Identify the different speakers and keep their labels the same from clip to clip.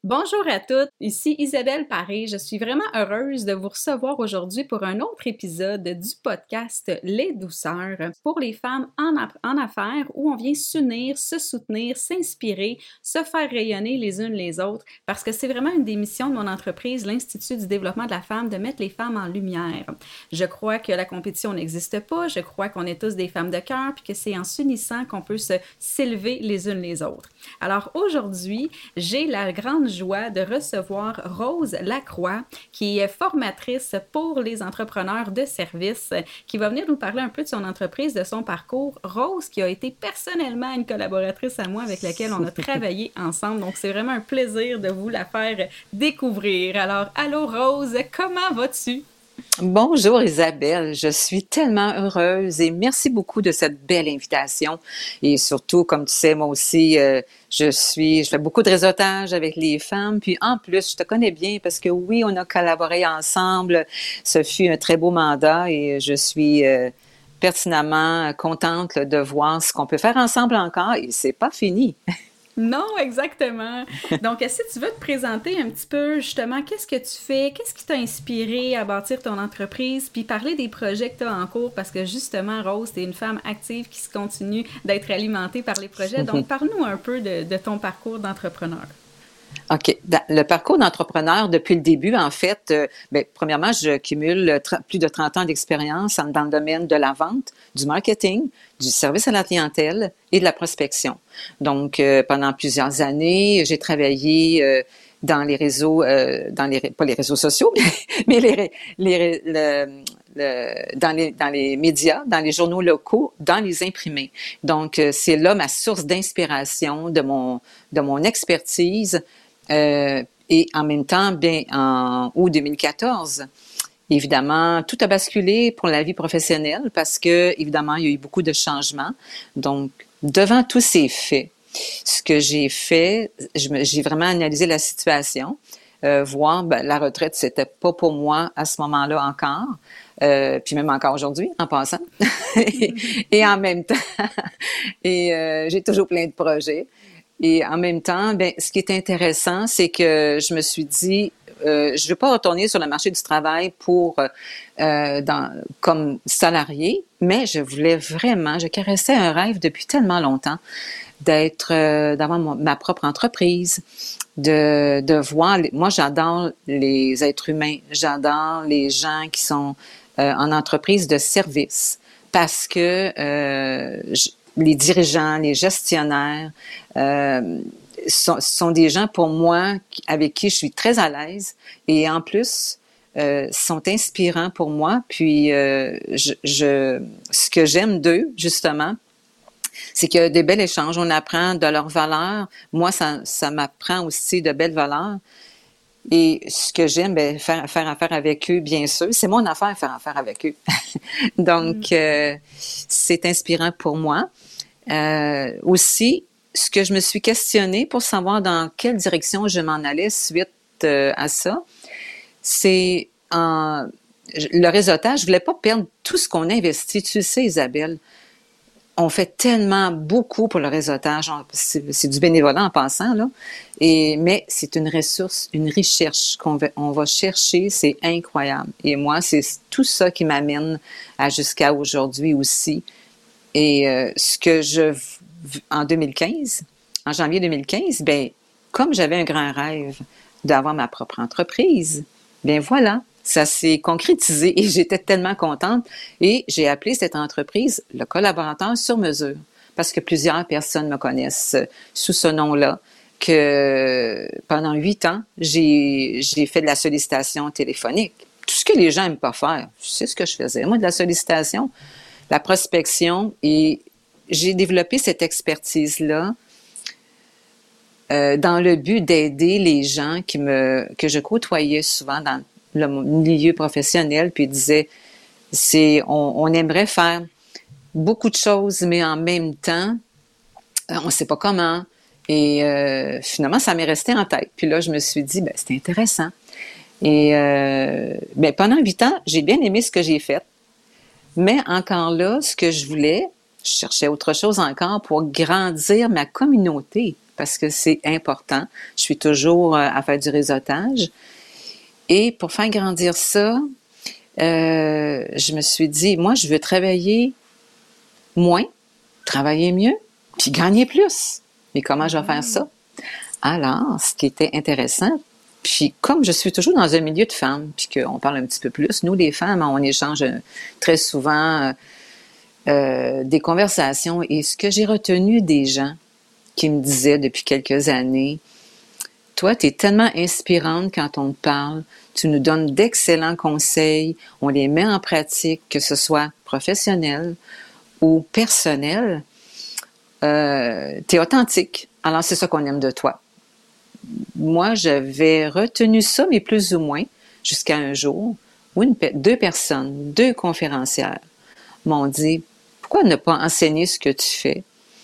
Speaker 1: Bonjour à toutes, ici Isabelle Paré. Je suis vraiment heureuse de vous recevoir aujourd'hui pour un autre épisode du podcast Les Douceurs pour les femmes en affaires où on vient s'unir, se soutenir, s'inspirer, se faire rayonner les unes les autres parce que c'est vraiment une des missions de mon entreprise, l'Institut du développement de la femme, de mettre les femmes en lumière. Je crois que la compétition n'existe pas, je crois qu'on est tous des femmes de cœur puis que c'est en s'unissant qu'on peut s'élever les unes les autres. Alors aujourd'hui, j'ai la grande joie de recevoir Rose Lacroix, qui est formatrice pour les entrepreneurs de services, qui va venir nous parler un peu de son entreprise, de son parcours. Rose, qui a été personnellement une collaboratrice à moi avec laquelle on a travaillé ensemble. Donc, c'est vraiment un plaisir de vous la faire découvrir. Alors, allô Rose, comment vas-tu?
Speaker 2: Bonjour Isabelle, je suis tellement heureuse et merci beaucoup de cette belle invitation. Et surtout, comme tu sais, moi aussi, je fais beaucoup de réseautage avec les femmes. Puis en plus, je te connais bien parce que oui, on a collaboré ensemble. Ce fut un très beau mandat et je suis pertinemment contente là, de voir ce qu'on peut faire ensemble encore. Et c'est pas fini.
Speaker 1: Non, exactement. Donc, si tu veux te présenter un petit peu, justement, qu'est-ce que tu fais? Qu'est-ce qui t'a inspiré à bâtir ton entreprise? Puis parler des projets que tu as en cours, parce que justement, Rose, tu es une femme active qui se continue d'être alimentée par les projets. Donc, parle-nous un peu de ton parcours d'entrepreneur.
Speaker 2: OK. Le parcours d'entrepreneur, depuis le début, en fait, premièrement, je cumule plus de 30 ans d'expérience dans le domaine de la vente, du marketing, du service à la clientèle et de la prospection. Donc, pendant plusieurs années, j'ai travaillé dans les réseaux, pas les réseaux sociaux, mais dans les médias, dans les journaux locaux, dans les imprimés. Donc, c'est là ma source d'inspiration de mon expertise. Et en même temps, en août 2014, évidemment, tout a basculé pour la vie professionnelle parce que, évidemment, il y a eu beaucoup de changements. Donc, devant tous ces faits, ce que j'ai fait, j'ai vraiment analysé la situation, voir, la retraite, c'était pas pour moi à ce moment-là encore, puis même encore aujourd'hui, en passant. et en même temps, j'ai toujours plein de projets. Et en même temps, ce qui est intéressant, c'est que je me suis dit, je veux pas retourner sur le marché du travail comme salarié, mais je caressais un rêve depuis tellement longtemps d'avoir ma propre entreprise, de voir. Moi, j'adore les êtres humains, j'adore les gens qui sont en entreprise de service parce que les dirigeants, les gestionnaires sont des gens pour moi avec qui je suis très à l'aise et en plus sont inspirants pour moi. Puis ce que j'aime d'eux justement, c'est qu'il y a des bels échanges. On apprend de leurs valeurs. Moi, ça m'apprend aussi de belles valeurs. Et ce que j'aime, faire affaire avec eux, bien sûr. C'est mon affaire, faire affaire avec eux. Donc, c'est inspirant pour moi. Aussi, ce que je me suis questionnée pour savoir dans quelle direction je m'en allais suite à ça, c'est le réseautage. Je voulais pas perdre tout ce qu'on a investi. Tu le sais, Isabelle, on fait tellement beaucoup pour le réseautage. C'est du bénévolat en passant, là. Mais c'est une ressource, une recherche on va chercher. C'est incroyable. Et moi, c'est tout ça qui m'amène jusqu'à aujourd'hui aussi. Et en janvier 2015, comme j'avais un grand rêve d'avoir ma propre entreprise, voilà, ça s'est concrétisé et j'étais tellement contente. Et j'ai appelé cette entreprise le collaborateur sur mesure parce que plusieurs personnes me connaissent sous ce nom-là, que pendant 8 ans, j'ai fait de la sollicitation téléphonique. Tout ce que les gens n'aiment pas faire, c'est ce que je faisais. Moi, de la sollicitation, la prospection, et j'ai développé cette expertise-là dans le but d'aider les gens que je côtoyais souvent dans le milieu professionnel, puis disaient, on aimerait faire beaucoup de choses, mais en même temps, on ne sait pas comment. Et finalement, ça m'est resté en tête. Puis là, je me suis dit, c'est intéressant. Et pendant 8 ans, j'ai bien aimé ce que j'ai fait. Mais encore là, ce que je voulais, je cherchais autre chose encore pour grandir ma communauté. parce que c'est important. Je suis toujours à faire du réseautage. Et pour faire grandir ça, je me suis dit, moi, je veux travailler moins, travailler mieux, puis gagner plus. Mais comment je vais faire ça? Alors, ce qui était intéressant, puis comme je suis toujours dans un milieu de femmes, puis qu'on parle un petit peu plus, nous, les femmes, on échange très souvent des conversations. Et ce que j'ai retenu des gens qui me disaient depuis quelques années, toi, tu es tellement inspirante quand on te parle, tu nous donnes d'excellents conseils, on les met en pratique, que ce soit professionnel ou personnel, tu es authentique. Alors, c'est ça qu'on aime de toi. Moi, j'avais retenu ça, mais plus ou moins, jusqu'à un jour où deux personnes, deux conférencières, m'ont dit, pourquoi ne pas enseigner ce que tu fais?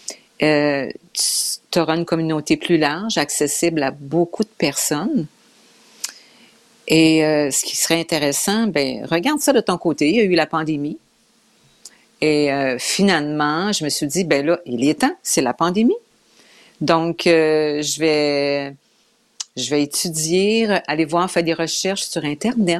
Speaker 2: Tu auras une communauté plus large, accessible à beaucoup de personnes. Et ce qui serait intéressant, ben regarde ça de ton côté. Il y a eu la pandémie. Et finalement, je me suis dit, ben là, il est temps, c'est la pandémie. Donc, je vais étudier, aller voir, faire des recherches sur Internet.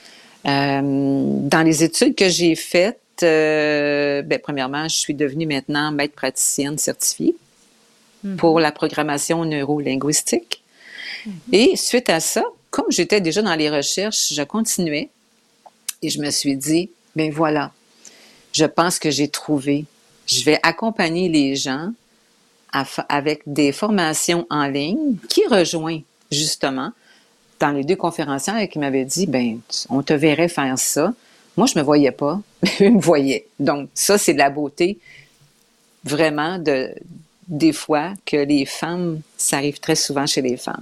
Speaker 2: Dans les études que j'ai faites, premièrement, je suis devenue maintenant maître praticienne certifiée pour la programmation neurolinguistique. Et suite à ça, comme j'étais déjà dans les recherches, je continuais et je me suis dit, ben voilà, je pense que j'ai trouvé. Je vais accompagner les gens avec des formations en ligne qui rejoignent justement dans les deux conférencières qui m'avaient dit, ben on te verrait faire ça. Moi, je me voyais pas, mais eux me voyaient. Donc, ça, c'est de la beauté, vraiment, des fois, que les femmes, ça arrive très souvent chez les femmes.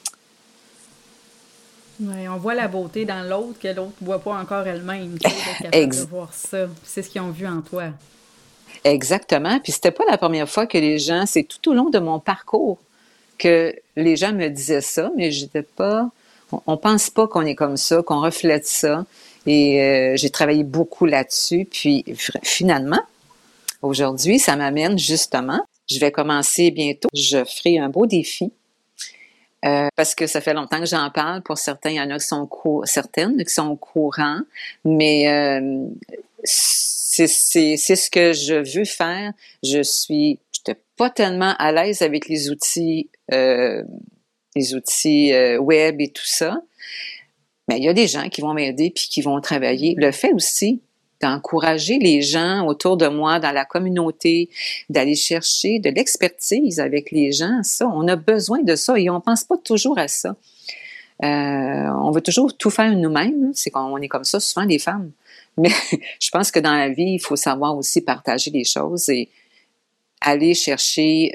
Speaker 1: Oui, on voit la beauté dans l'autre que l'autre ne voit pas encore elle-même, tu sais, d'être capable de voir ça. C'est ce qu'ils ont vu en toi.
Speaker 2: Exactement. Puis c'était pas la première fois que les gens, c'est tout au long de mon parcours que les gens me disaient ça, mais j'étais pas, on pense pas qu'on est comme ça, qu'on reflète ça. Et j'ai travaillé beaucoup là-dessus. Puis finalement, aujourd'hui, ça m'amène justement, je vais commencer bientôt, je ferai un beau défi. Parce que ça fait longtemps que j'en parle. Pour certains, il y en a qui sont certaines qui sont au courant, mais c'est ce que je veux faire. J'étais pas tellement à l'aise avec les outils web et tout ça. Mais il y a des gens qui vont m'aider puis qui vont travailler. Le fait aussi d'encourager les gens autour de moi, dans la communauté, d'aller chercher de l'expertise avec les gens, ça, on a besoin de ça et on pense pas toujours à ça. On veut toujours tout faire nous-mêmes, c'est qu'on est comme ça souvent les femmes. Mais je pense que dans la vie, il faut savoir aussi partager les choses et aller chercher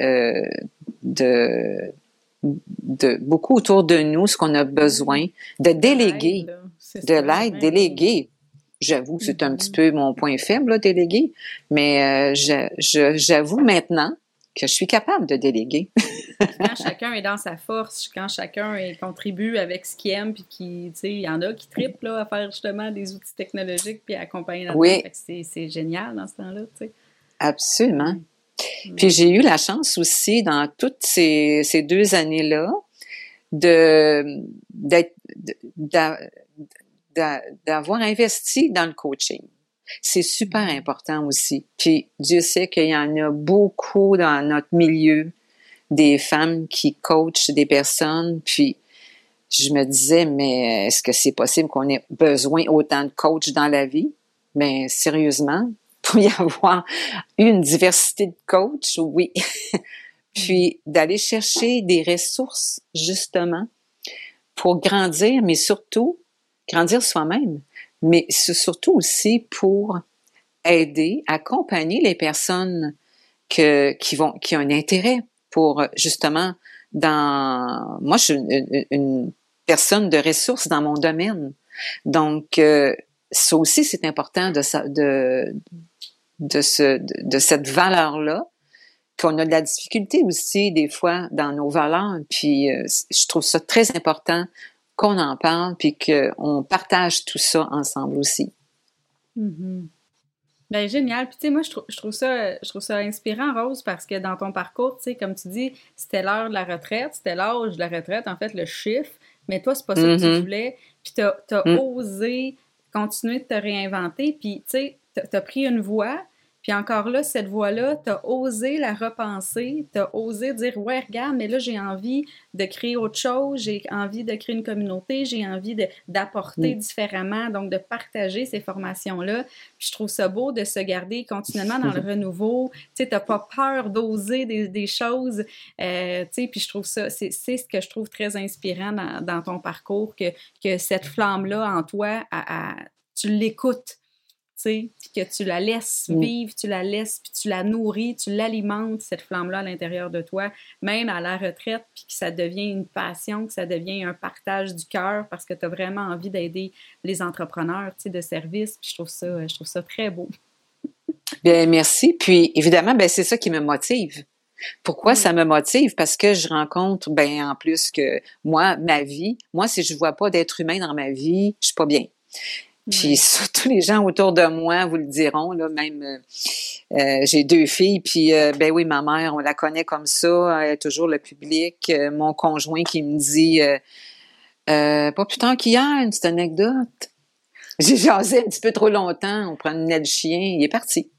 Speaker 2: de beaucoup autour de nous ce qu'on a besoin, de déléguer, de l'aide, déléguer. J'avoue que c'est un petit peu mon point faible, là, déléguer, mais j'avoue maintenant que je suis capable de déléguer.
Speaker 1: Quand chacun est dans sa force, quand chacun contribue avec ce qu'il aime, puis qui, tu sais, il y en a qui trippent là, à faire justement des outils technologiques puis à accompagner là-dedans.
Speaker 2: Oui.
Speaker 1: C'est génial dans ce temps-là, tu sais.
Speaker 2: Absolument. Puis j'ai eu la chance aussi dans toutes ces 2 années-là d'avoir investi dans le coaching. C'est super important aussi. Puis Dieu sait qu'il y en a beaucoup dans notre milieu, des femmes qui coachent des personnes. Puis je me disais, mais est-ce que c'est possible qu'on ait besoin autant de coachs dans la vie? Mais sérieusement, pour y avoir une diversité de coachs, oui. Puis d'aller chercher des ressources, justement, pour grandir, mais surtout, grandir soi-même, mais c'est surtout aussi pour aider, accompagner les personnes qui ont un intérêt pour, justement, moi, je suis une personne de ressources dans mon domaine. Donc, ça aussi, c'est important de cette valeur-là, qu'on a de la difficulté aussi des fois dans nos valeurs, puis je trouve ça très important qu'on en parle, puis qu'on partage tout ça ensemble aussi.
Speaker 1: Mm-hmm. Ben génial. Puis tu sais, moi, je trouve ça inspirant, Rose, parce que dans ton parcours, tu sais, comme tu dis, c'était l'heure de la retraite, c'était l'âge de la retraite, en fait, le chiffre. Mais toi, c'est pas ça que tu
Speaker 2: Mhm.
Speaker 1: voulais. Puis t'as
Speaker 2: Mm.
Speaker 1: osé continuer de te réinventer. Puis tu sais, t'as pris une voie. Puis encore là, cette voie-là, t'as osé la repenser, t'as osé dire, ouais, regarde, mais là, j'ai envie de créer autre chose, j'ai envie de créer une communauté, j'ai envie d'apporter
Speaker 2: Mm.
Speaker 1: différemment, donc de partager ces formations-là. Puis je trouve ça beau de se garder continuellement dans le renouveau. Tu sais, t'as pas peur d'oser des choses. Tu sais, puis je trouve ça, c'est ce que je trouve très inspirant dans ton parcours, que cette flamme-là en toi, tu l'écoutes, tu sais, puis que tu la laisses
Speaker 2: Mm.
Speaker 1: vivre, tu la laisses, puis tu la nourris, tu l'alimentes, cette flamme-là à l'intérieur de toi, même à la retraite, puis que ça devient une passion, que ça devient un partage du cœur, parce que tu as vraiment envie d'aider les entrepreneurs, tu sais, de service, puis je trouve ça très beau.
Speaker 2: Bien, merci. Puis, évidemment, ben, c'est ça qui me motive. Pourquoi
Speaker 1: Mm.
Speaker 2: ça me motive? Parce que je rencontre, ben, en plus que moi, ma vie, moi, si je vois pas d'être humain dans ma vie, je suis pas bien. Puis
Speaker 1: Ouais.
Speaker 2: surtout les gens autour de moi vous le diront, là, même j'ai 2 filles, puis ben oui, ma mère, on la connaît comme ça, elle est toujours le public. Mon conjoint qui me dit pas plus tard qu'hier, une petite anecdote. J'ai jasé un petit peu trop longtemps, on promenait le chien, il est parti.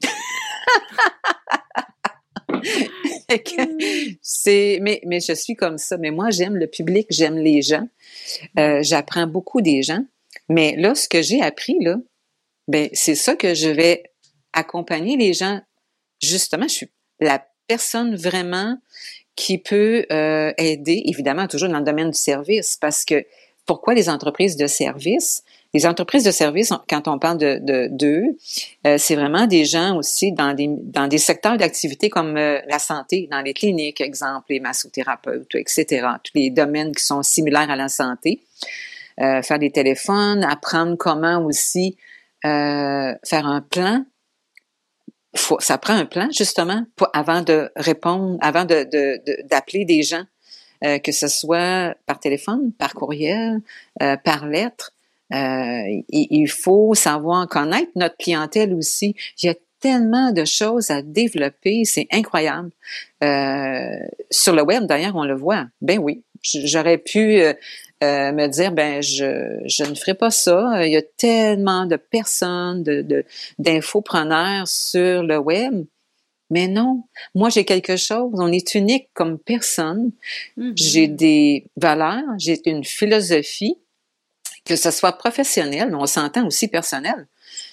Speaker 2: Fait que mais je suis comme ça. Mais moi, j'aime le public, j'aime les gens. J'apprends beaucoup des gens. Mais là, ce que j'ai appris, là, ben, c'est ça que je vais accompagner les gens. Justement, je suis la personne vraiment qui peut aider, évidemment, toujours dans le domaine du service, parce que pourquoi les entreprises de service? Les entreprises de service, quand on parle d'eux, c'est vraiment des gens aussi dans des secteurs d'activité comme la santé, dans les cliniques, exemple, les massothérapeutes, etc., tous les domaines qui sont similaires à la santé. Faire des téléphones, apprendre comment aussi faire un plan. Ça prend un plan, justement, avant de répondre, avant d'appeler des gens, que ce soit par téléphone, par courriel, par lettre. Il faut savoir connaître notre clientèle aussi. Il y a tellement de choses à développer, c'est incroyable. Sur le web, d'ailleurs, on le voit. Ben oui, j'aurais pu me dire, ben je ne ferai pas ça. Il y a tellement de personnes, d'infopreneurs sur le web. Mais non, moi j'ai quelque chose, on est unique comme personne. J'ai
Speaker 1: Mhm.
Speaker 2: des valeurs, j'ai une philosophie, que ce soit professionnelle, mais on s'entend aussi personnel.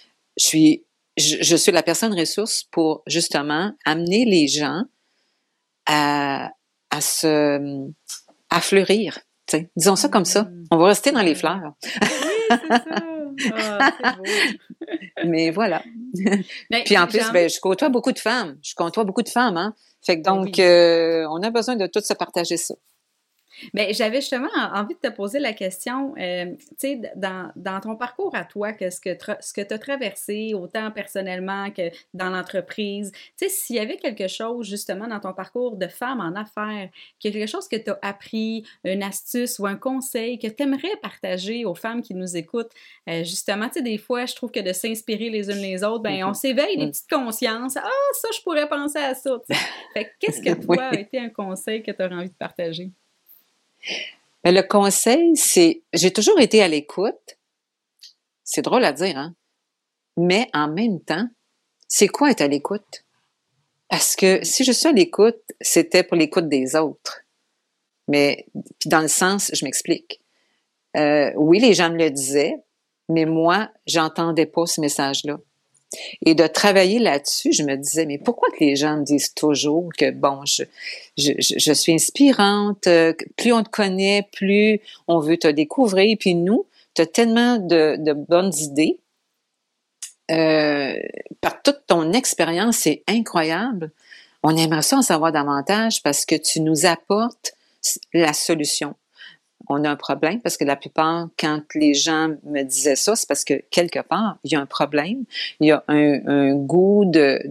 Speaker 2: Je suis la personne ressource pour justement amener les gens à, à se, à fleurir. T'sais. Disons ça comme ça.
Speaker 1: Mhm.
Speaker 2: On va rester dans les
Speaker 1: Ouais.
Speaker 2: fleurs.
Speaker 1: Oui, c'est ça. Ah, c'est beau.
Speaker 2: Mais voilà.
Speaker 1: Ben,
Speaker 2: Puis en
Speaker 1: j'ai
Speaker 2: plus,
Speaker 1: envie.
Speaker 2: ben, je côtoie beaucoup de femmes. Je côtoie beaucoup de femmes, hein. Fait que
Speaker 1: Ben
Speaker 2: donc,
Speaker 1: oui.
Speaker 2: on a besoin de toutes se partager ça.
Speaker 1: Mais j'avais justement envie de te poser la question, tu sais, dans ton parcours à toi, ce que tu as traversé, autant personnellement que dans l'entreprise, tu sais, s'il y avait quelque chose justement dans ton parcours de femme en affaires, quelque chose que tu as appris, une astuce ou un conseil que tu aimerais partager aux femmes qui nous écoutent, justement, tu sais, des fois, je trouve que de s'inspirer les unes les autres, ben on
Speaker 2: Mhm.
Speaker 1: s'éveille des
Speaker 2: Mhm.
Speaker 1: petites consciences. Ah, ça, je pourrais penser à ça, tu sais. Fait que qu'est-ce que toi a
Speaker 2: Oui.
Speaker 1: été un conseil que tu aurais envie de partager?
Speaker 2: Mais le conseil, c'est, j'ai toujours été à l'écoute. C'est drôle à dire, hein? Mais en même temps, c'est quoi être à l'écoute? Parce que si je suis à l'écoute, c'était pour l'écoute des autres. Mais puis dans le sens, je m'explique. Oui, les gens me le disaient, mais moi, j'entendais pas ce message-là. Et de travailler là-dessus, je me disais, mais pourquoi que les gens me disent toujours que, bon, je suis inspirante, plus on te connaît, plus on veut te découvrir, puis nous, tu as tellement de bonnes idées, euh, par toute ton expérience, c'est incroyable. On aimerait ça en savoir davantage parce que tu nous apportes la solution. On a un problème parce que la plupart, quand les gens me disaient ça, c'est parce que quelque part, il y a un problème. Il y a un goût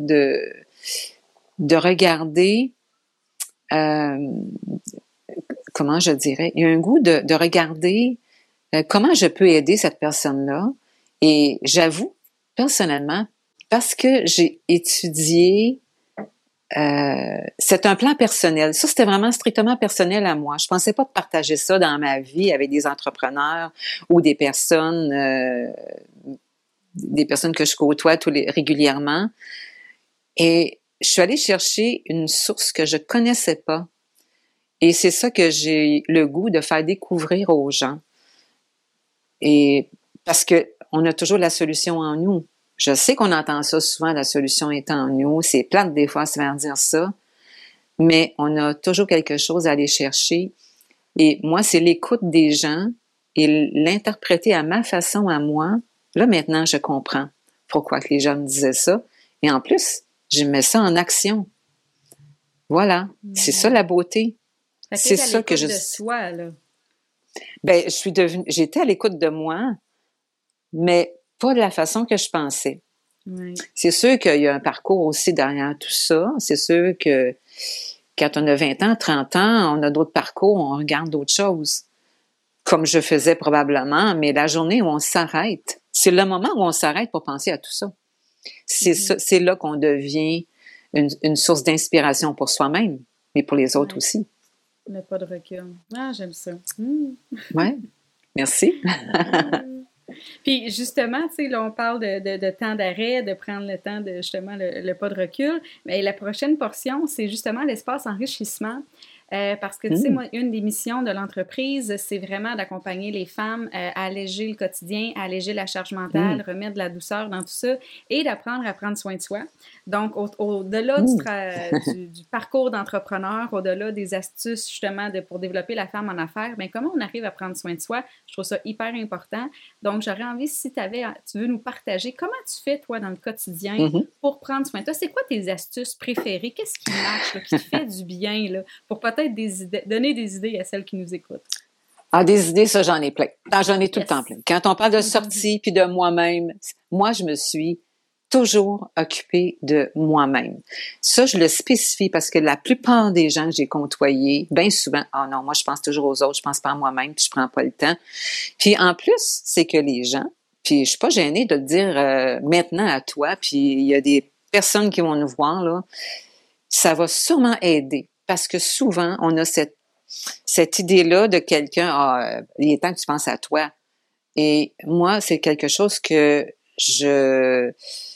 Speaker 2: de regarder, euh, comment je dirais, il y a un goût de regarder comment je peux aider cette personne-là. Et j'avoue, personnellement, Parce que j'ai étudié, c'est un plan personnel. Ça, c'était vraiment strictement personnel à moi. Je pensais pas de partager ça dans ma vie avec des entrepreneurs ou des personnes que je côtoie régulièrement. Et je suis allée chercher une source que je connaissais pas. Et c'est ça que j'ai le goût de faire découvrir aux gens. Et parce que on a toujours la solution en nous. Je sais qu'on entend ça souvent, la solution est en nous. C'est plate des fois, se faire dire ça. Mais on a toujours quelque chose à aller chercher. Et moi, c'est l'écoute des gens et l'interpréter à ma façon, à moi. Là, maintenant, je comprends pourquoi que les gens me disaient ça. Et en plus, je mets ça en action. Voilà. C'est ça la beauté.
Speaker 1: C'est ça que de soi, là.
Speaker 2: Ben, j'étais à l'écoute de moi, mais pas de la façon que je pensais.
Speaker 1: Oui.
Speaker 2: C'est sûr qu'il y a un parcours aussi derrière tout ça. C'est sûr que quand on a 20 ans, 30 ans, on a d'autres parcours, on regarde d'autres choses. Comme je faisais probablement, mais la journée où on s'arrête, c'est le moment où on s'arrête pour penser à tout ça. C'est là qu'on devient une source d'inspiration pour soi-même, mais pour les autres aussi.
Speaker 1: Le pas de recul. Ah, j'aime ça.
Speaker 2: Oui, merci.
Speaker 1: Puis justement, tu sais, là, on parle de temps d'arrêt, de prendre le temps de justement le pas de recul. Mais la prochaine portion, c'est justement l'espace enrichissement. Parce que, tu sais, moi, une des missions de l'entreprise, c'est vraiment d'accompagner les femmes à alléger le quotidien, à alléger la charge mentale, remettre de la douceur dans tout ça et d'apprendre à prendre soin de soi. Donc, au-delà du parcours d'entrepreneur, au-delà des astuces, justement, pour développer la femme en affaires, bien, comment on arrive à prendre soin de soi? Je trouve ça hyper important. Donc, j'aurais envie, si tu veux nous partager, comment tu fais, toi, dans le quotidien pour prendre soin de toi? C'est quoi tes astuces préférées? Qu'est-ce qui marche, là, qui te fait du bien, là, pour peut-être donner des idées à celles qui nous écoutent?
Speaker 2: Ah, des idées, ça, j'en ai plein. J'en ai tout le temps plein. Quand on parle de sortie puis de moi-même, moi, je me suis toujours occupée de moi-même. Ça, je le spécifie parce que la plupart des gens que j'ai côtoyés, bien souvent, ah non, moi, je pense toujours aux autres, je pense pas à moi-même, puis je prends pas le temps. Puis en plus, c'est que les gens, puis je suis pas gênée de le dire maintenant à toi, puis il y a des personnes qui vont nous voir, là, ça va sûrement aider. Parce que souvent, on a cette idée-là de quelqu'un, il est temps que tu penses à toi. Et moi, c'est quelque chose que je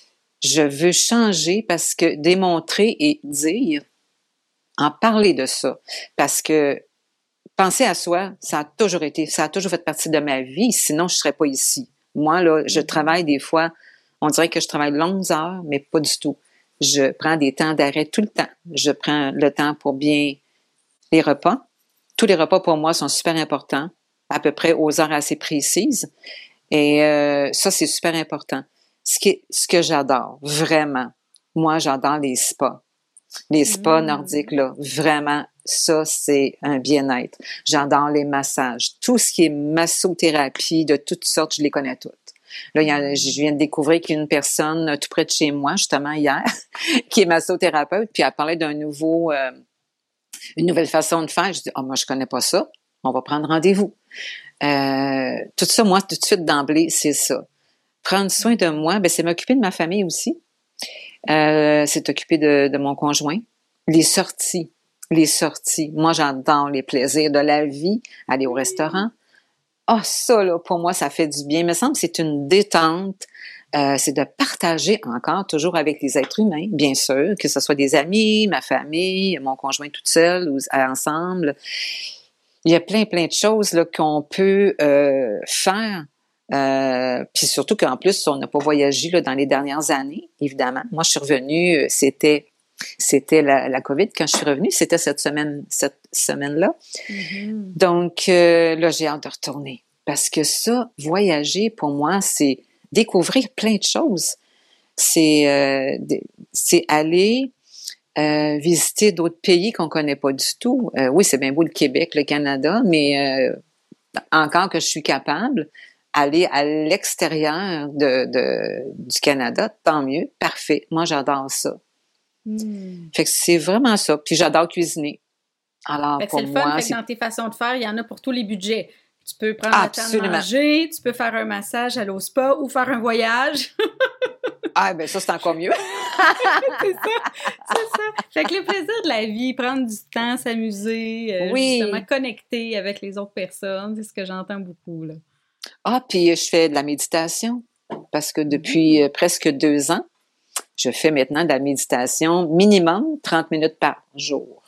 Speaker 2: veux changer parce que démontrer et dire, en parler de ça. Parce que penser à soi, ça a toujours fait partie de ma vie, sinon je serais pas ici. Moi, là, je travaille des fois, on dirait que je travaille longues heures, mais pas du tout. Je prends des temps d'arrêt tout le temps. Je prends le temps pour bien les repas. Tous les repas pour moi sont super importants, à peu près aux heures assez précises. Et ça, c'est super important. Ce que j'adore, vraiment, moi, j'adore les spas. Les spas nordiques, là, vraiment, ça, c'est un bien-être. J'adore les massages. Tout ce qui est massothérapie de toutes sortes, je les connais toutes. Là, je viens de découvrir qu'il y a une personne tout près de chez moi, justement hier, qui est massothérapeute, puis elle parlait une nouvelle façon de faire. Je dis, moi, je connais pas ça. On va prendre rendez-vous. Tout ça, moi, tout de suite, d'emblée, c'est ça. Prendre soin de moi, c'est m'occuper de ma famille aussi. C'est t'occuper de mon conjoint. Les sorties. Moi, j'adore les plaisirs de la vie. Aller au restaurant. Ça, là, pour moi, ça fait du bien. Il me semble que c'est une détente. C'est de partager encore, toujours avec les êtres humains, bien sûr, que ce soit des amis, ma famille, mon conjoint toute seule ou ensemble. Il y a plein de choses là, qu'on peut faire. Puis surtout qu'en plus, on n'a pas voyagé là, dans les dernières années, évidemment. Moi, je suis revenue, c'était la COVID quand je suis revenue, c'était cette semaine-là. Donc, là, j'ai hâte de retourner. Parce que ça, voyager, pour moi, c'est découvrir plein de choses. C'est aller visiter d'autres pays qu'on connaît pas du tout. Oui, c'est bien beau le Québec, le Canada, mais encore que je suis capable, aller à l'extérieur du Canada, tant mieux, parfait. Moi, j'adore ça. Fait que c'est vraiment ça. Puis j'adore cuisiner. Alors,
Speaker 1: fait que
Speaker 2: pour
Speaker 1: c'est le fun,
Speaker 2: moi,
Speaker 1: fait que dans tes façons de faire, il y en a pour tous les budgets. Tu peux prendre le temps de
Speaker 2: Absolument.
Speaker 1: manger, tu peux faire un massage à l'eau spa ou faire un voyage.
Speaker 2: Ah, ben ça, c'est encore mieux.
Speaker 1: C'est ça. Fait que les plaisirs de la vie, prendre du temps, s'amuser,
Speaker 2: Oui.
Speaker 1: justement connecter avec les autres personnes, c'est ce que j'entends beaucoup, là.
Speaker 2: Ah, puis je fais de la méditation parce que depuis presque 2 ans, je fais maintenant de la méditation minimum 30 minutes par jour.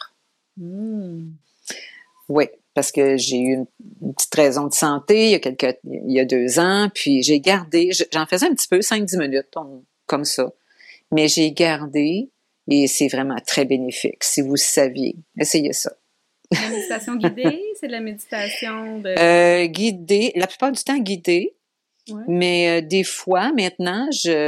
Speaker 2: Oui, parce que j'ai eu une petite raison de santé il y a 2 ans, puis j'ai gardé, j'en faisais un petit peu, 5-10 minutes, comme ça, mais j'ai gardé et c'est vraiment très bénéfique. Si vous saviez, essayez ça.
Speaker 1: La méditation guidée, c'est de la méditation de...
Speaker 2: Guidée, la plupart du temps guidée,
Speaker 1: Ouais.
Speaker 2: mais des fois, maintenant,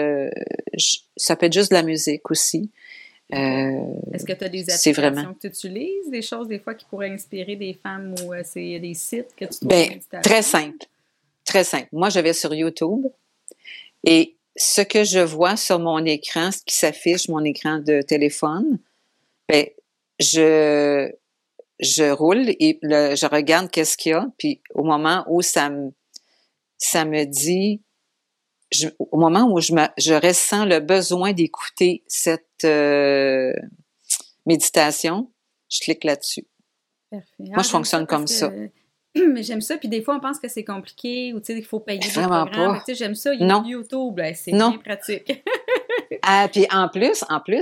Speaker 2: ça peut être juste de la musique aussi.
Speaker 1: Est-ce que tu as des
Speaker 2: c'est
Speaker 1: applications
Speaker 2: vraiment...
Speaker 1: que tu utilises, des choses des fois qui pourraient inspirer des femmes ou c'est des sites que tu trouves
Speaker 2: Ben,
Speaker 1: de méditation?
Speaker 2: très simple. Très simple. Moi, je vais sur YouTube et ce que je vois sur mon écran, ce qui s'affiche, mon écran de téléphone, ben, je roule et je regarde qu'est-ce qu'il y a, puis au moment où ça me dit, au moment où je ressens le besoin d'écouter cette méditation, je clique là-dessus.
Speaker 1: Parfait.
Speaker 2: Moi, je fonctionne comme ça.
Speaker 1: Mais j'aime ça, puis des fois, on pense que c'est compliqué ou tu sais, il faut payer des
Speaker 2: Vraiment
Speaker 1: programmes.
Speaker 2: pas.
Speaker 1: Tu sais, j'aime ça,
Speaker 2: Non.
Speaker 1: YouTube, là, c'est
Speaker 2: Non.
Speaker 1: bien pratique.
Speaker 2: Ah, puis en plus,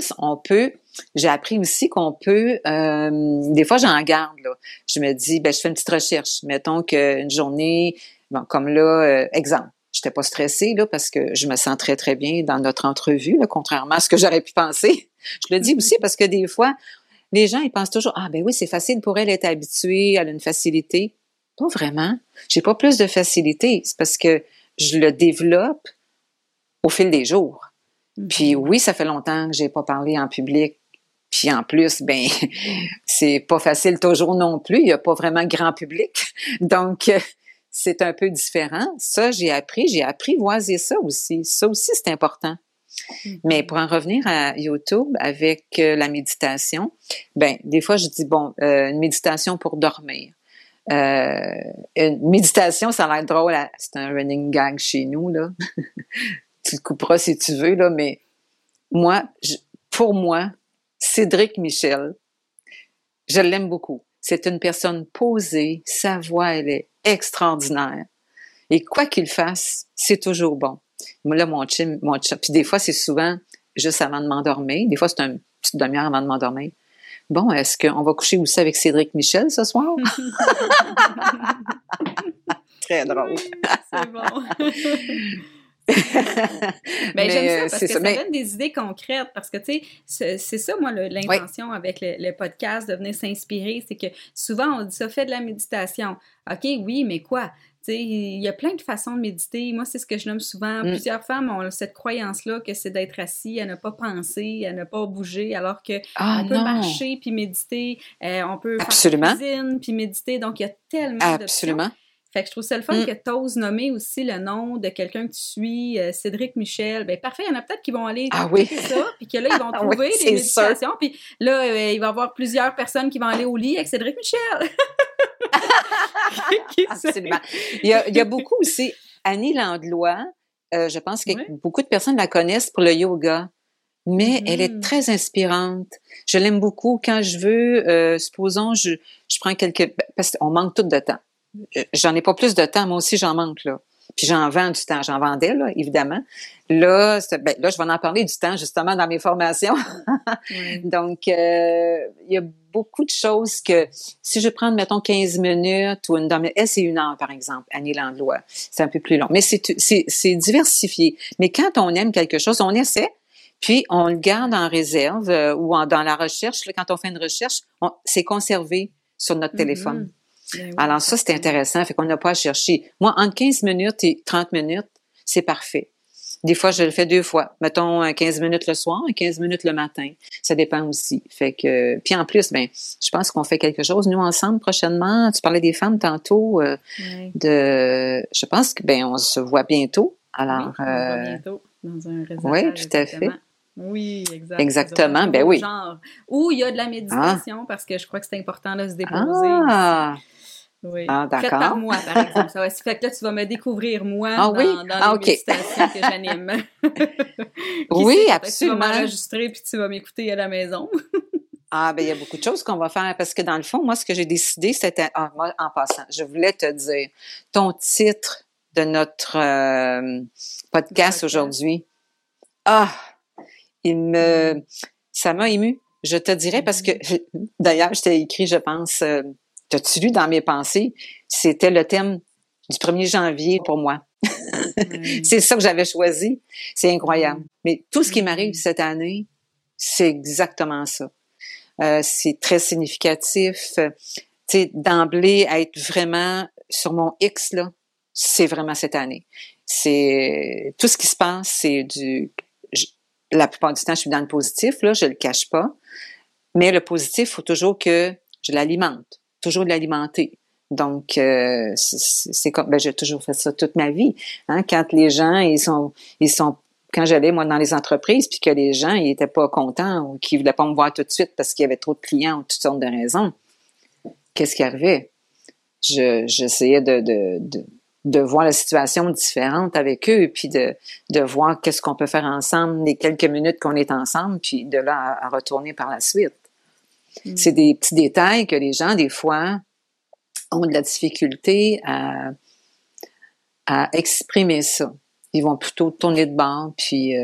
Speaker 2: j'ai appris aussi qu'on peut, des fois j'en garde, là. Je me dis, ben, je fais une petite recherche. Mettons qu'une journée, bon, comme là, exemple, j'étais pas stressée, là, parce que je me sens très, très bien dans notre entrevue, là, contrairement à ce que j'aurais pu penser. Je le dis aussi parce que des fois, les gens, ils pensent toujours, ah, ben oui, c'est facile pour elle d'être habituée, elle a une facilité. Pas vraiment. J'ai pas plus de facilité. C'est parce que je le développe au fil des jours. Puis oui, ça fait longtemps que j'ai pas parlé en public. Puis en plus, ben, c'est pas facile toujours non plus. Il y a pas vraiment grand public. Donc, c'est un peu différent. Ça, j'ai apprivoisé ça aussi. Ça aussi, c'est important. Mais pour en revenir à YouTube avec la méditation, ben, des fois, je dis, bon, une méditation pour dormir. Une méditation, ça va être drôle. C'est un running gag chez nous, là. Tu te couperas si tu veux, là, mais pour moi, Cédric Michel, je l'aime beaucoup. C'est une personne posée, sa voix, elle est extraordinaire. Et quoi qu'il fasse, c'est toujours bon. Moi, là, mon chum, puis des fois, c'est souvent juste avant de m'endormir. Des fois, c'est une petite demi-heure avant de m'endormir. Bon, est-ce qu'on va coucher aussi avec Cédric Michel ce soir? Très drôle.
Speaker 1: Oui, c'est bon. Ben, j'aime ça parce que ça donne des idées concrètes parce que, tu sais, c'est ça, moi, l'intention avec le podcast de venir s'inspirer, c'est que souvent, on dit ça, fait de la méditation. OK, oui, mais quoi? Tu sais, il y a plein de façons de méditer. Moi, c'est ce que je nomme souvent. Plusieurs femmes ont cette croyance-là que c'est d'être assis, à ne pas penser, à ne pas bouger, alors que on peut marcher puis méditer, on peut faire la cuisine puis méditer. Donc, il y a tellement d'options. Fait que je trouve ça le fun que tu oses nommer aussi le nom de quelqu'un que tu suis, Cédric Michel. Ben parfait, il y en a peut-être qui vont aller écouter ça, puis que là, ils vont trouver des méditations. Puis là, il va y avoir plusieurs personnes qui vont aller au lit avec Cédric Michel.
Speaker 2: Absolument. Il y a beaucoup aussi, Annie Landlois, je pense que beaucoup de personnes la connaissent pour le yoga, mais elle est très inspirante. Je l'aime beaucoup. Quand je veux, supposons, je prends parce qu'on manque tout de temps. J'en ai pas plus de temps, moi aussi j'en manque, là. Puis j'en vends du temps, j'en vendais, là, évidemment. Là, je vais en parler du temps, justement, dans mes formations. Donc, il y a beaucoup de choses que, si je prends, mettons, 15 minutes ou une demi-heure, c'est 1 heure, par exemple, Annie Landlois. C'est un peu plus long. Mais c'est diversifié. Mais quand on aime quelque chose, on essaie, puis on le garde en réserve ou dans la recherche. Là, quand on fait une recherche, c'est conservé sur notre téléphone. Alors ça, c'est intéressant, fait qu'on n'a pas à chercher. Moi, entre 15 minutes et 30 minutes, c'est parfait. Des fois, je le fais 2 fois. Mettons 15 minutes le soir et 15 minutes le matin. Ça dépend aussi. Fait que, puis en plus, ben, je pense qu'on fait quelque chose, nous, ensemble, prochainement. Tu parlais des femmes tantôt, je pense que, ben, on se voit bientôt. Alors,
Speaker 1: on se voit bientôt dans un réseau.
Speaker 2: Oui, tout à fait.
Speaker 1: Oui,
Speaker 2: exactement. Ben oui.
Speaker 1: Genre. Où il y a de la méditation, parce que je crois que c'est important de se déposer. Oui.
Speaker 2: Ah,
Speaker 1: Faites par
Speaker 2: d'accord.
Speaker 1: moi, par exemple. Ça va, fait que là, tu vas me découvrir moi
Speaker 2: Ah oui?
Speaker 1: dans
Speaker 2: Ah,
Speaker 1: les
Speaker 2: OK.
Speaker 1: méditations que j'anime. Qui
Speaker 2: Oui,
Speaker 1: sait, peut-être que tu vas
Speaker 2: absolument.
Speaker 1: m'enregistrer puis tu vas m'écouter à la maison.
Speaker 2: Ah, ben il y a beaucoup de choses qu'on va faire parce que dans le fond, moi, ce que j'ai décidé, c'était, moi, en passant, je voulais te dire, ton titre de notre podcast
Speaker 1: Podcast.
Speaker 2: aujourd'hui, ah, il
Speaker 1: Mm.
Speaker 2: me, ça m'a ému. Je te dirais parce que,
Speaker 1: Mhm.
Speaker 2: d'ailleurs, je t'ai écrit, je pense, t'as-tu lu dans mes pensées, c'était le thème du 1er janvier pour moi.
Speaker 1: Oui.
Speaker 2: C'est ça que j'avais choisi. C'est incroyable.
Speaker 1: Mm.
Speaker 2: Mais tout ce qui m'arrive
Speaker 1: Mm.
Speaker 2: cette année, c'est exactement ça. C'est très significatif. Tu sais, d'emblée, être vraiment sur mon X, là, c'est vraiment cette année. C'est tout ce qui se passe, c'est la plupart du temps, je suis dans le positif, là, je le cache pas. Mais le positif, il faut toujours que je l'alimente, toujours l'alimenter. Donc, c'est comme, ben, j'ai toujours fait ça toute ma vie. Hein, quand les gens, quand j'allais, moi, dans les entreprises, puis que les gens, ils étaient pas contents ou qu'ils voulaient pas me voir tout de suite parce qu'il y avait trop de clients ou toutes sortes de raisons, qu'est-ce qui arrivait? J'essayais de voir la situation différente avec eux, puis de voir qu'est-ce qu'on peut faire ensemble les quelques minutes qu'on est ensemble, puis de là à retourner par la suite. C'est
Speaker 1: Mm.
Speaker 2: des petits détails que les gens, des fois, ont de la difficulté à exprimer ça. Ils vont plutôt tourner de bord, puis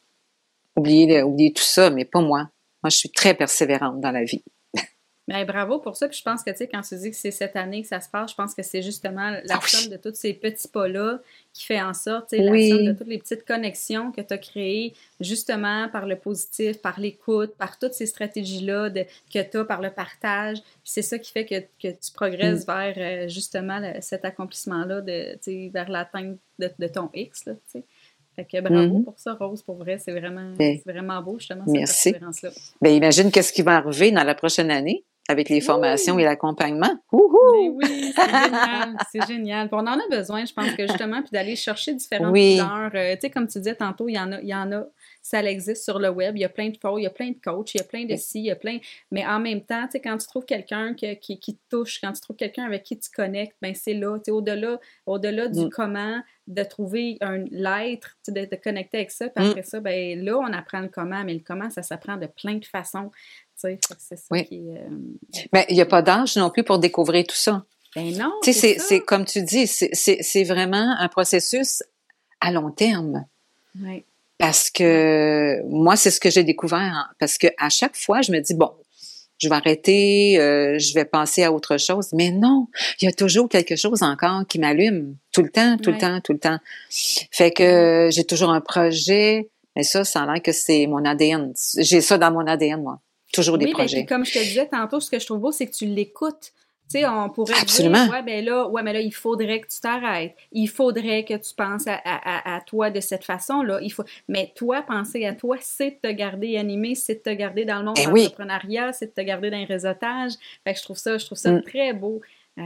Speaker 2: oublier tout ça, mais pas moi. Moi, je suis très persévérante dans la vie.
Speaker 1: Ben, bravo pour ça. Puis je pense que, tu sais, quand tu dis que c'est cette année que ça se passe, je pense que c'est justement
Speaker 2: Ah
Speaker 1: la somme
Speaker 2: oui,
Speaker 1: de tous ces petits pas-là qui fait en sorte, tu sais, la somme de
Speaker 2: oui,
Speaker 1: toutes les petites connexions que tu as créées, justement, par le positif, par l'écoute, par toutes ces stratégies-là que tu as, par le partage. Puis c'est ça qui fait que tu progresses vers, justement, cet accomplissement-là, vers l'atteinte de ton X, là, tu sais. Fait que bravo
Speaker 2: mm-hmm.
Speaker 1: pour ça, Rose, pour vrai.
Speaker 2: Ben,
Speaker 1: C'est vraiment beau, justement, cette
Speaker 2: merci.
Speaker 1: persévérance-là.
Speaker 2: Ben, imagine qu'est-ce qui va arriver dans la prochaine année avec les formations et
Speaker 1: Oui!
Speaker 2: l'accompagnement.
Speaker 1: Mais
Speaker 2: Wouhou!
Speaker 1: oui, c'est génial, c'est génial. Puis on en a besoin, je pense que justement, puis d'aller chercher différentes
Speaker 2: Oui.
Speaker 1: couleurs. Tu sais, comme tu disais tantôt, il y en a, ça existe sur le web. Il y a plein de pros, il y a plein de coachs, il y a plein de ci, il y a plein. Mais en même temps, tu sais, quand tu trouves quelqu'un qui te touche, quand tu trouves quelqu'un avec qui tu connectes, ben c'est là, tu sais, au-delà du
Speaker 2: Mm,
Speaker 1: comment, de trouver l'être, tu sais, de connecter avec ça. Puis
Speaker 2: mm,
Speaker 1: après ça, ben là, on apprend le comment, mais le comment, ça s'apprend de plein de façons. Tu sais, fait que c'est ça
Speaker 2: oui.
Speaker 1: qui est.
Speaker 2: Mais il n'y a pas d'âge non plus pour découvrir tout ça.
Speaker 1: Ben non,
Speaker 2: Tu
Speaker 1: c'est
Speaker 2: sais,
Speaker 1: ça.
Speaker 2: c'est comme tu dis, c'est vraiment un processus à long terme.
Speaker 1: Ouais.
Speaker 2: Parce
Speaker 1: Ouais.
Speaker 2: que moi, c'est ce que j'ai découvert. Hein. Parce que à chaque fois, je me dis, bon, je vais arrêter, je vais passer à autre chose. Mais non, il y a toujours quelque chose encore qui m'allume. Tout le temps, tout le
Speaker 1: Ouais.
Speaker 2: temps, tout le temps. Fait
Speaker 1: Ouais.
Speaker 2: que j'ai toujours un projet. Mais ça a l'air que c'est mon ADN. J'ai ça dans mon ADN, moi. Toujours des
Speaker 1: Oui, ben puis
Speaker 2: projets.
Speaker 1: comme je te disais tantôt, ce que je trouve beau, c'est que tu l'écoutes. Tu sais, on pourrait dire,
Speaker 2: Absolument.
Speaker 1: ouais, mais là, il faudrait que tu t'arrêtes. Il faudrait que tu penses à toi de cette façon-là. Mais toi, penser à toi, c'est de te garder animé, c'est de te garder dans le monde de
Speaker 2: Eh oui.
Speaker 1: l'entrepreneuriat, c'est de te garder dans le réseautage. Fait que je trouve ça
Speaker 2: Mm.
Speaker 1: très beau.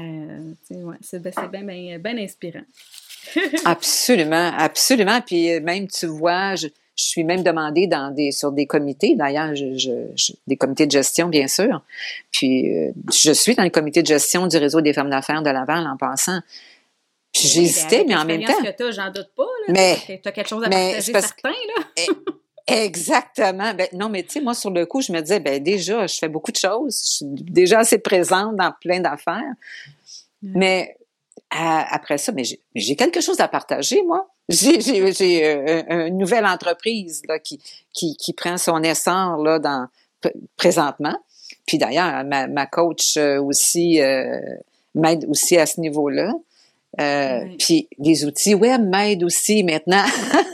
Speaker 1: Tu sais, ouais, c'est bien inspirant.
Speaker 2: Absolument, absolument. Puis même, tu vois, je suis même demandée sur des comités. D'ailleurs, des comités de gestion, bien sûr. Puis je suis dans le comité de gestion du réseau des femmes d'affaires de Laval en passant. Puis
Speaker 1: Ben oui, ben
Speaker 2: j'hésitais,
Speaker 1: avec
Speaker 2: mais en même temps.
Speaker 1: l'expérience que tu as, j'en doute pas, là.
Speaker 2: Mais,
Speaker 1: Tu as quelque chose à
Speaker 2: mais c'est
Speaker 1: partager
Speaker 2: parce que
Speaker 1: certain, là.
Speaker 2: exactement. Ben, non, mais tu sais, moi, sur le coup, je me disais, ben déjà, je fais beaucoup de choses. Je suis déjà assez présente dans plein d'affaires.
Speaker 1: Ouais.
Speaker 2: Mais après ça, mais j'ai quelque chose à partager, moi. J'ai une nouvelle entreprise là, qui prend son essor là, présentement. Puis d'ailleurs, ma coach aussi m'aide aussi à ce niveau-là.
Speaker 1: Ouais.
Speaker 2: Puis les outils web m'aident aussi maintenant.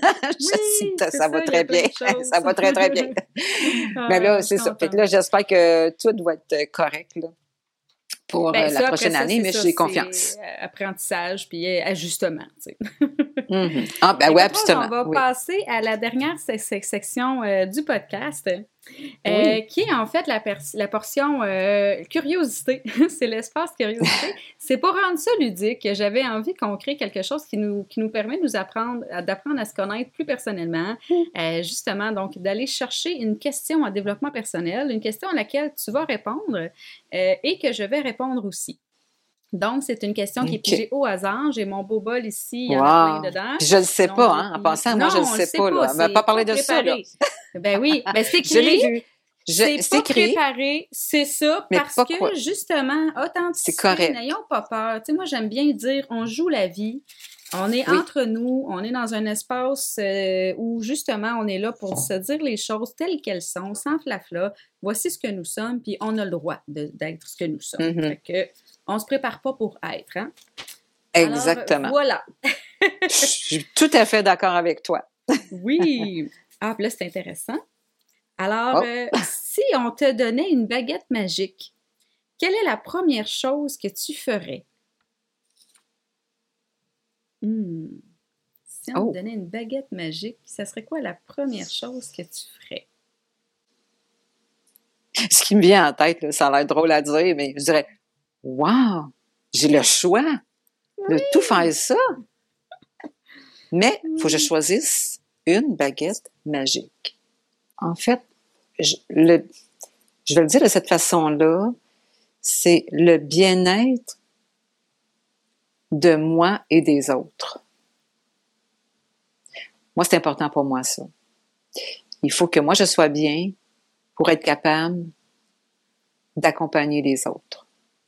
Speaker 1: Oui, c'est
Speaker 2: Ça va
Speaker 1: ça, il y a
Speaker 2: très
Speaker 1: plein
Speaker 2: bien.
Speaker 1: de choses.
Speaker 2: Ça va très, très bien. Mais
Speaker 1: Ah,
Speaker 2: là,
Speaker 1: je suis
Speaker 2: c'est ça. Fait que là,
Speaker 1: contente.
Speaker 2: j'espère que tout va être correct là, pour
Speaker 1: Ben
Speaker 2: la
Speaker 1: ça, après
Speaker 2: prochaine
Speaker 1: ça,
Speaker 2: année,
Speaker 1: c'est
Speaker 2: mais
Speaker 1: ça,
Speaker 2: j'ai
Speaker 1: c'est
Speaker 2: confiance.
Speaker 1: apprentissage puis ajustement, tu sais.
Speaker 2: Mhm. Ah, ben ouais,
Speaker 1: Écoute, Rose, on
Speaker 2: absolument.
Speaker 1: va
Speaker 2: Oui.
Speaker 1: passer à la dernière section du podcast,
Speaker 2: Oui.
Speaker 1: qui est en fait la portion curiosité. C'est l'espace curiosité. C'est pour rendre ça ludique que j'avais envie qu'on crée quelque chose qui nous permet de d'apprendre à se connaître plus personnellement. Justement, donc, d'aller chercher une question en développement personnel, une question à laquelle tu vas répondre et que je vais répondre aussi. Donc, c'est une question qui est
Speaker 2: OK.
Speaker 1: pigée au hasard. J'ai mon beau bol ici, il y en a plein
Speaker 2: Wow!
Speaker 1: dedans.
Speaker 2: Puis je le sais
Speaker 1: Donc,
Speaker 2: pas,
Speaker 1: j'ai
Speaker 2: hein. En
Speaker 1: mis...
Speaker 2: passant, moi,
Speaker 1: Non,
Speaker 2: je le
Speaker 1: on le
Speaker 2: sais
Speaker 1: sait
Speaker 2: pas,
Speaker 1: pas,
Speaker 2: là. Elle m'a pas
Speaker 1: c'est pas
Speaker 2: parlé de ça, là.
Speaker 1: préparé. Ben oui, ben c'est
Speaker 2: Je l'ai
Speaker 1: écrit,
Speaker 2: vu.
Speaker 1: c'est
Speaker 2: C'est
Speaker 1: pas
Speaker 2: écrit,
Speaker 1: préparé, c'est ça,
Speaker 2: mais
Speaker 1: parce
Speaker 2: pas
Speaker 1: que,
Speaker 2: quoi.
Speaker 1: justement,
Speaker 2: C'est
Speaker 1: authenticité,
Speaker 2: correct.
Speaker 1: n'ayons pas peur. Tu sais, moi, j'aime bien dire, on joue la vie, on est
Speaker 2: Oui.
Speaker 1: entre nous, on est dans un espace où, justement, on est là pour se dire les choses telles qu'elles sont, sans flafla. Voici ce que nous sommes, puis on a le droit d'être ce que nous sommes.
Speaker 2: Mhm.
Speaker 1: Fait que, on se prépare pas pour être, hein? Alors,
Speaker 2: Exactement.
Speaker 1: voilà.
Speaker 2: Je suis tout à fait d'accord avec toi.
Speaker 1: Oui! Ah, puis là, c'est intéressant. Alors,
Speaker 2: Oh,
Speaker 1: si on te donnait une baguette magique, quelle est la première chose que tu ferais? Hmm. Si on te
Speaker 2: oh.
Speaker 1: donnait une baguette magique, ça serait quoi la première chose que tu ferais?
Speaker 2: Ce qui me vient en tête, là, ça a l'air drôle à dire, mais je dirais, wow, j'ai le choix de tout faire ça. Mais il faut que je
Speaker 1: Oui.
Speaker 2: choisisse une baguette magique. En fait, je vais le dire de cette façon-là, c'est le bien-être de moi et des autres. Moi, c'est important pour moi, ça. Il faut que moi, je sois bien pour être capable d'accompagner les autres.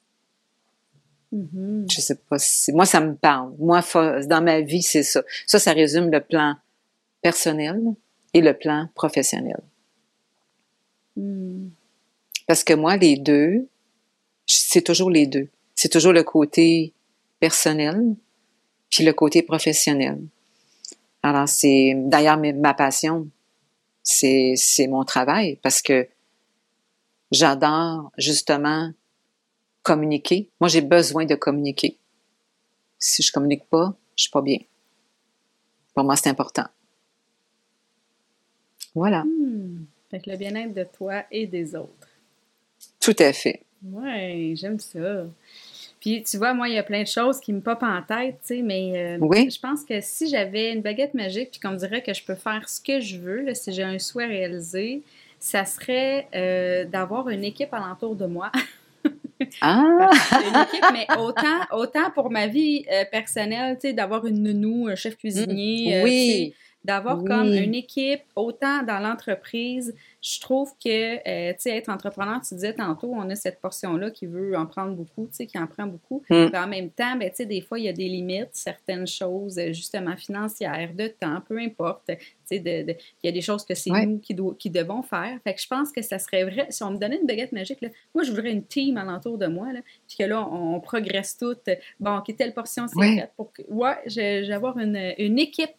Speaker 1: Mhm.
Speaker 2: Je sais pas si... Moi, ça me parle. Moi, dans ma vie, c'est ça. Ça résume le plan personnel et le plan professionnel.
Speaker 1: Hmm.
Speaker 2: Parce que moi, les deux, c'est toujours les deux. C'est toujours le côté personnel puis le côté professionnel. Alors, c'est d'ailleurs ma passion, c'est mon travail parce que j'adore justement communiquer. Moi, j'ai besoin de communiquer. Si je communique pas, je suis pas bien. Pour moi, c'est important. Voilà.
Speaker 1: Hmm. Fait que le bien-être de toi et des autres.
Speaker 2: Tout à fait.
Speaker 1: Ouais, j'aime ça. Puis, tu vois, moi, il y a plein de choses qui me popent en tête, tu sais, mais
Speaker 2: Oui.
Speaker 1: je pense que si j'avais une baguette magique, puis qu'on me dirait que je peux faire ce que je veux, là, si j'ai un souhait réalisé, ça serait d'avoir une équipe alentour de moi.
Speaker 2: Ah!
Speaker 1: Une équipe, mais autant pour ma vie personnelle, tu sais, d'avoir une nounou, un chef cuisinier, tu sais,
Speaker 2: Oui.
Speaker 1: d'avoir comme une
Speaker 2: Oui.
Speaker 1: équipe, autant dans l'entreprise. Je trouve que, tu sais, être entrepreneur, tu disais tantôt, on a cette portion-là qui veut en prendre beaucoup, tu sais, qui en prend beaucoup.
Speaker 2: Mm.
Speaker 1: Puis en même temps, ben, tu sais, des fois, il y a des limites, certaines choses, justement, financières, de temps, peu importe. Tu sais, il y a des choses que c'est
Speaker 2: Ouais.
Speaker 1: nous qui devons faire. Fait que je pense que ça serait vrai, si on me donnait une baguette magique, là, moi, je voudrais une team alentour de moi, là, puis que là, on progresse toutes. Bon, OK, telle portion, c'est
Speaker 2: Ouais.
Speaker 1: faite. Pour que... Ouais, j'ai avoir une équipe.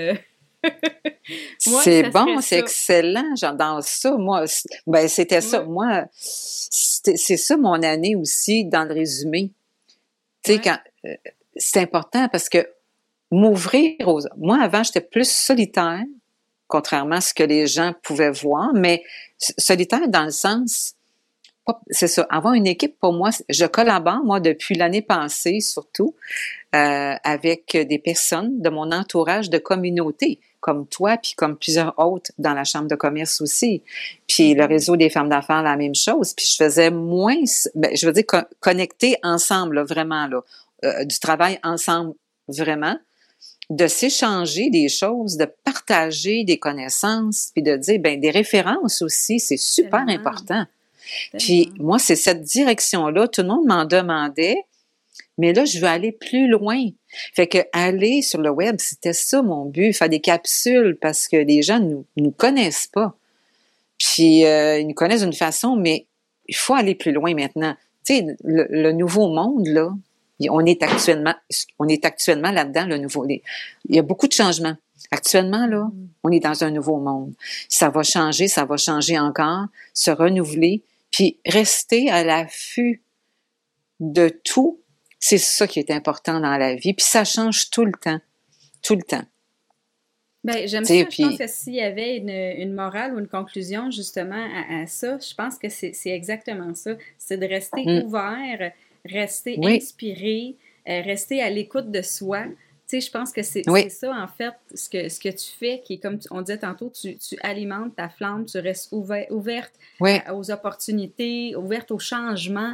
Speaker 1: Ouais,
Speaker 2: C'est
Speaker 1: ça serait
Speaker 2: bon, c'est
Speaker 1: ça.
Speaker 2: excellent. J'adore ça. Moi, ben, c'était ça.
Speaker 1: Ouais,
Speaker 2: Moi, c'est ça mon année aussi dans le résumé. Tu sais,
Speaker 1: ouais.
Speaker 2: c'est important parce que m'ouvrir aux... Moi, avant, j'étais plus solitaire, contrairement à ce que les gens pouvaient voir, mais solitaire dans le sens, c'est ça, avoir une équipe, pour moi, je collabore, moi, depuis l'année passée, surtout, avec des personnes de mon entourage de communauté, comme toi, puis comme plusieurs autres dans la Chambre de commerce aussi. Puis le réseau des femmes d'affaires, la même chose. Puis je faisais moins, ben, je veux dire, connecter ensemble, là, vraiment, là, du travail ensemble, vraiment, de s'échanger des choses, de partager des connaissances, puis de dire, ben des références aussi, c'est super
Speaker 1: Tellement,
Speaker 2: important. Puis
Speaker 1: tellement.
Speaker 2: moi, c'est cette direction-là, tout le monde m'en demandait, mais là, je veux aller plus loin. Fait que aller sur le web, c'était ça mon but, faire des capsules parce que les gens nous connaissent pas. Puis ils nous connaissent d'une façon, mais il faut aller plus loin maintenant. Tu sais, le nouveau monde, là, on est actuellement là-dedans, le nouveau. Il y a beaucoup de changements. Actuellement, là, on est dans un nouveau monde. Ça va changer encore, se renouveler, puis rester à l'affût de tout. C'est ça qui est important dans la vie. Puis ça change tout le temps. Tout le temps.
Speaker 1: Ben, j'aime ça.
Speaker 2: Tu sais,
Speaker 1: Je pense
Speaker 2: puis,
Speaker 1: que s'il y avait une morale ou une conclusion justement à ça, je pense que c'est exactement ça. C'est de rester ouvert, rester
Speaker 2: oui,
Speaker 1: inspiré, rester à l'écoute de soi. Tu sais, je pense que c'est
Speaker 2: oui,
Speaker 1: ça, en fait, ce que tu fais, qui est comme on disait tantôt, tu alimentes ta flamme, tu restes ouverte
Speaker 2: oui,
Speaker 1: aux opportunités, ouverte au changement.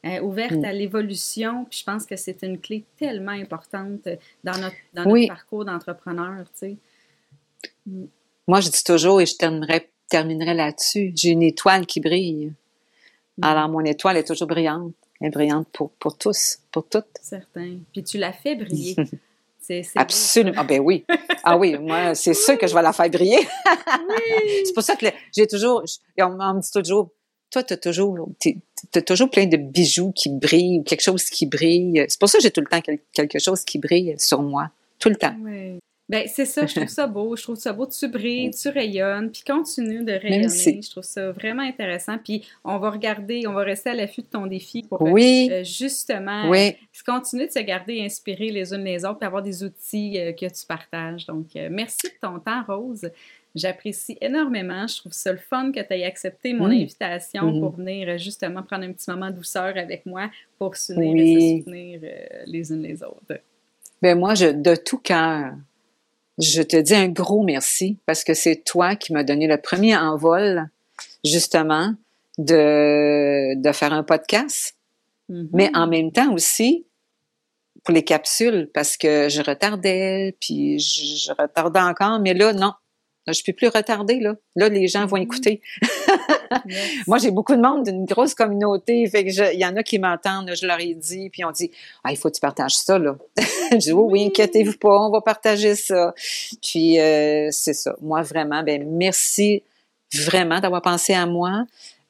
Speaker 1: ouverte à l'évolution. Puis je pense que c'est une clé tellement importante dans notre parcours d'entrepreneur, tu sais.
Speaker 2: Moi, je dis toujours, et je terminerai là-dessus, j'ai une étoile qui brille. Alors, mon étoile est toujours brillante. Elle est brillante pour tous, pour toutes.
Speaker 1: Certain. Puis tu la fais briller. C'est
Speaker 2: absolument. Ah ben oui. Ah oui, moi, c'est sûr que je vais la faire briller. Oui. C'est pour ça que j'ai toujours... On me dit toujours, toi, t'as toujours plein de bijoux qui brillent ou quelque chose qui brille. C'est pour ça que j'ai tout le temps quelque chose qui brille sur moi. Tout le temps.
Speaker 1: Oui. Ben c'est ça, je trouve ça beau. Je trouve ça beau. Tu brilles, tu rayonnes, puis continue de rayonner.
Speaker 2: Merci.
Speaker 1: Je trouve ça vraiment intéressant. Puis on va rester à l'affût de ton défi pour justement continuer de se garder inspirés les unes les autres, puis avoir des outils que tu partages. Donc, merci de ton temps, Rose. J'apprécie énormément. Je trouve ça le fun que tu aies accepté mon invitation pour venir justement prendre un petit moment de douceur avec moi pour s'unir et se soutenir les unes les autres.
Speaker 2: Ben moi, de tout cœur, je te dis un gros merci parce que c'est toi qui m'as donné le premier envol, justement, de faire un podcast. Mais en même temps aussi, pour les capsules, parce que je retardais, puis je retardais encore, mais là, non. Je ne peux plus retarder, là. Là, les gens vont écouter. Yes. Moi, j'ai beaucoup de monde d'une grosse communauté. Fait que il y en a qui m'entendent, je leur ai dit, puis on dit « Ah, il faut que tu partages ça, là. » Je dis « Oui, inquiétez-vous pas, on va partager ça. » Puis, c'est ça. Moi, vraiment, merci vraiment d'avoir pensé à moi.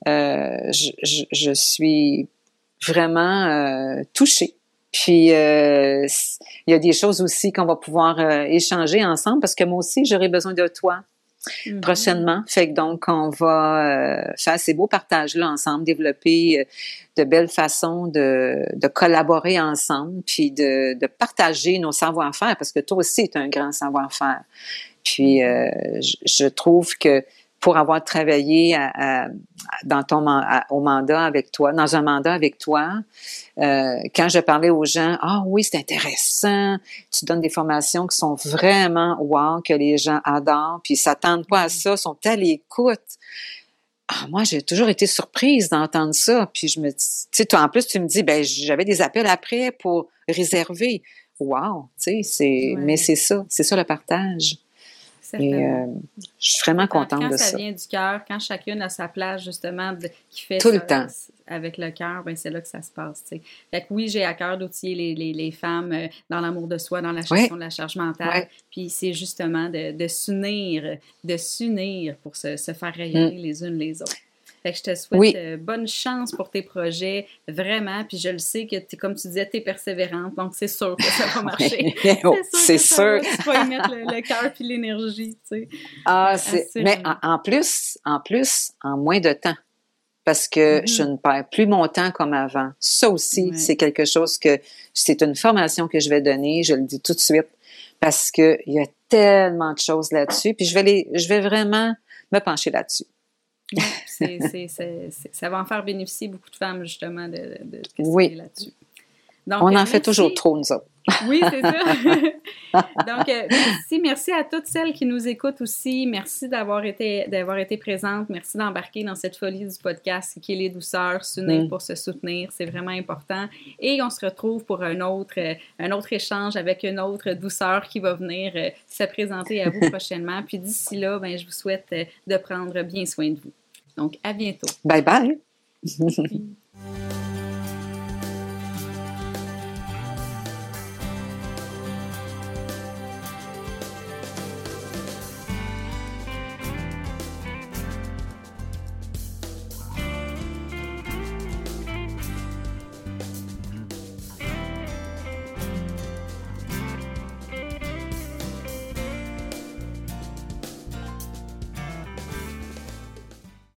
Speaker 2: Je suis vraiment touchée. Puis, il y a des choses aussi qu'on va pouvoir échanger ensemble parce que moi aussi, j'aurai besoin de toi prochainement. Fait que donc, on va faire ces beaux partages-là ensemble, développer de belles façons de collaborer ensemble, puis de partager nos savoir-faire parce que toi aussi, tu as un grand savoir-faire. Puis, je trouve que pour avoir travaillé au mandat avec toi, dans un mandat avec toi, quand je parlais aux gens, ah oui, c'est intéressant, tu donnes des formations qui sont vraiment wow, que les gens adorent, puis ils s'attendent pas à ça, sont à l'écoute. Ah, moi, j'ai toujours été surprise d'entendre ça, puis je me dis, tu sais, toi en plus, tu me dis, j'avais des appels après pour réserver. Wow, tu sais, mais c'est ça le partage. Et je suis vraiment contente de ça.
Speaker 1: Quand ça vient du cœur, quand chacune a sa place, justement, qui fait
Speaker 2: tout le temps
Speaker 1: avec le cœur, c'est là que ça se passe. T'sais. Fait que oui, j'ai à cœur d'outiller les femmes dans l'amour de soi, dans la gestion de la charge mentale. Puis c'est justement de s'unir pour se faire rayonner les unes les autres. Fait que je te souhaite bonne chance pour tes projets, vraiment. Puis je le sais que, comme tu disais, tu es persévérante, donc c'est sûr que ça va marcher.
Speaker 2: C'est sûr.
Speaker 1: Tu vas y mettre le cœur puis l'énergie, tu sais.
Speaker 2: Ah, mais en plus, en moins de temps. Parce que je ne perds plus mon temps comme avant. Ça aussi, c'est quelque chose c'est une formation que je vais donner, je le dis tout de suite, parce que il y a tellement de choses là-dessus. Puis je vais vraiment me pencher là-dessus.
Speaker 1: Ça va en faire bénéficier beaucoup de femmes, justement, de questionner là-dessus. Donc,
Speaker 2: on en fait toujours trop, nous autres.
Speaker 1: Oui, c'est ça. Donc, merci à toutes celles qui nous écoutent aussi. Merci d'avoir été présentes. Merci d'embarquer dans cette folie du podcast qui est les douceurs, s'unir pour se soutenir. C'est vraiment important. Et on se retrouve pour un autre échange avec une autre douceur qui va venir se présenter à vous prochainement. Puis d'ici là, je vous souhaite de prendre bien soin de vous. Donc, à bientôt.
Speaker 2: Bye bye.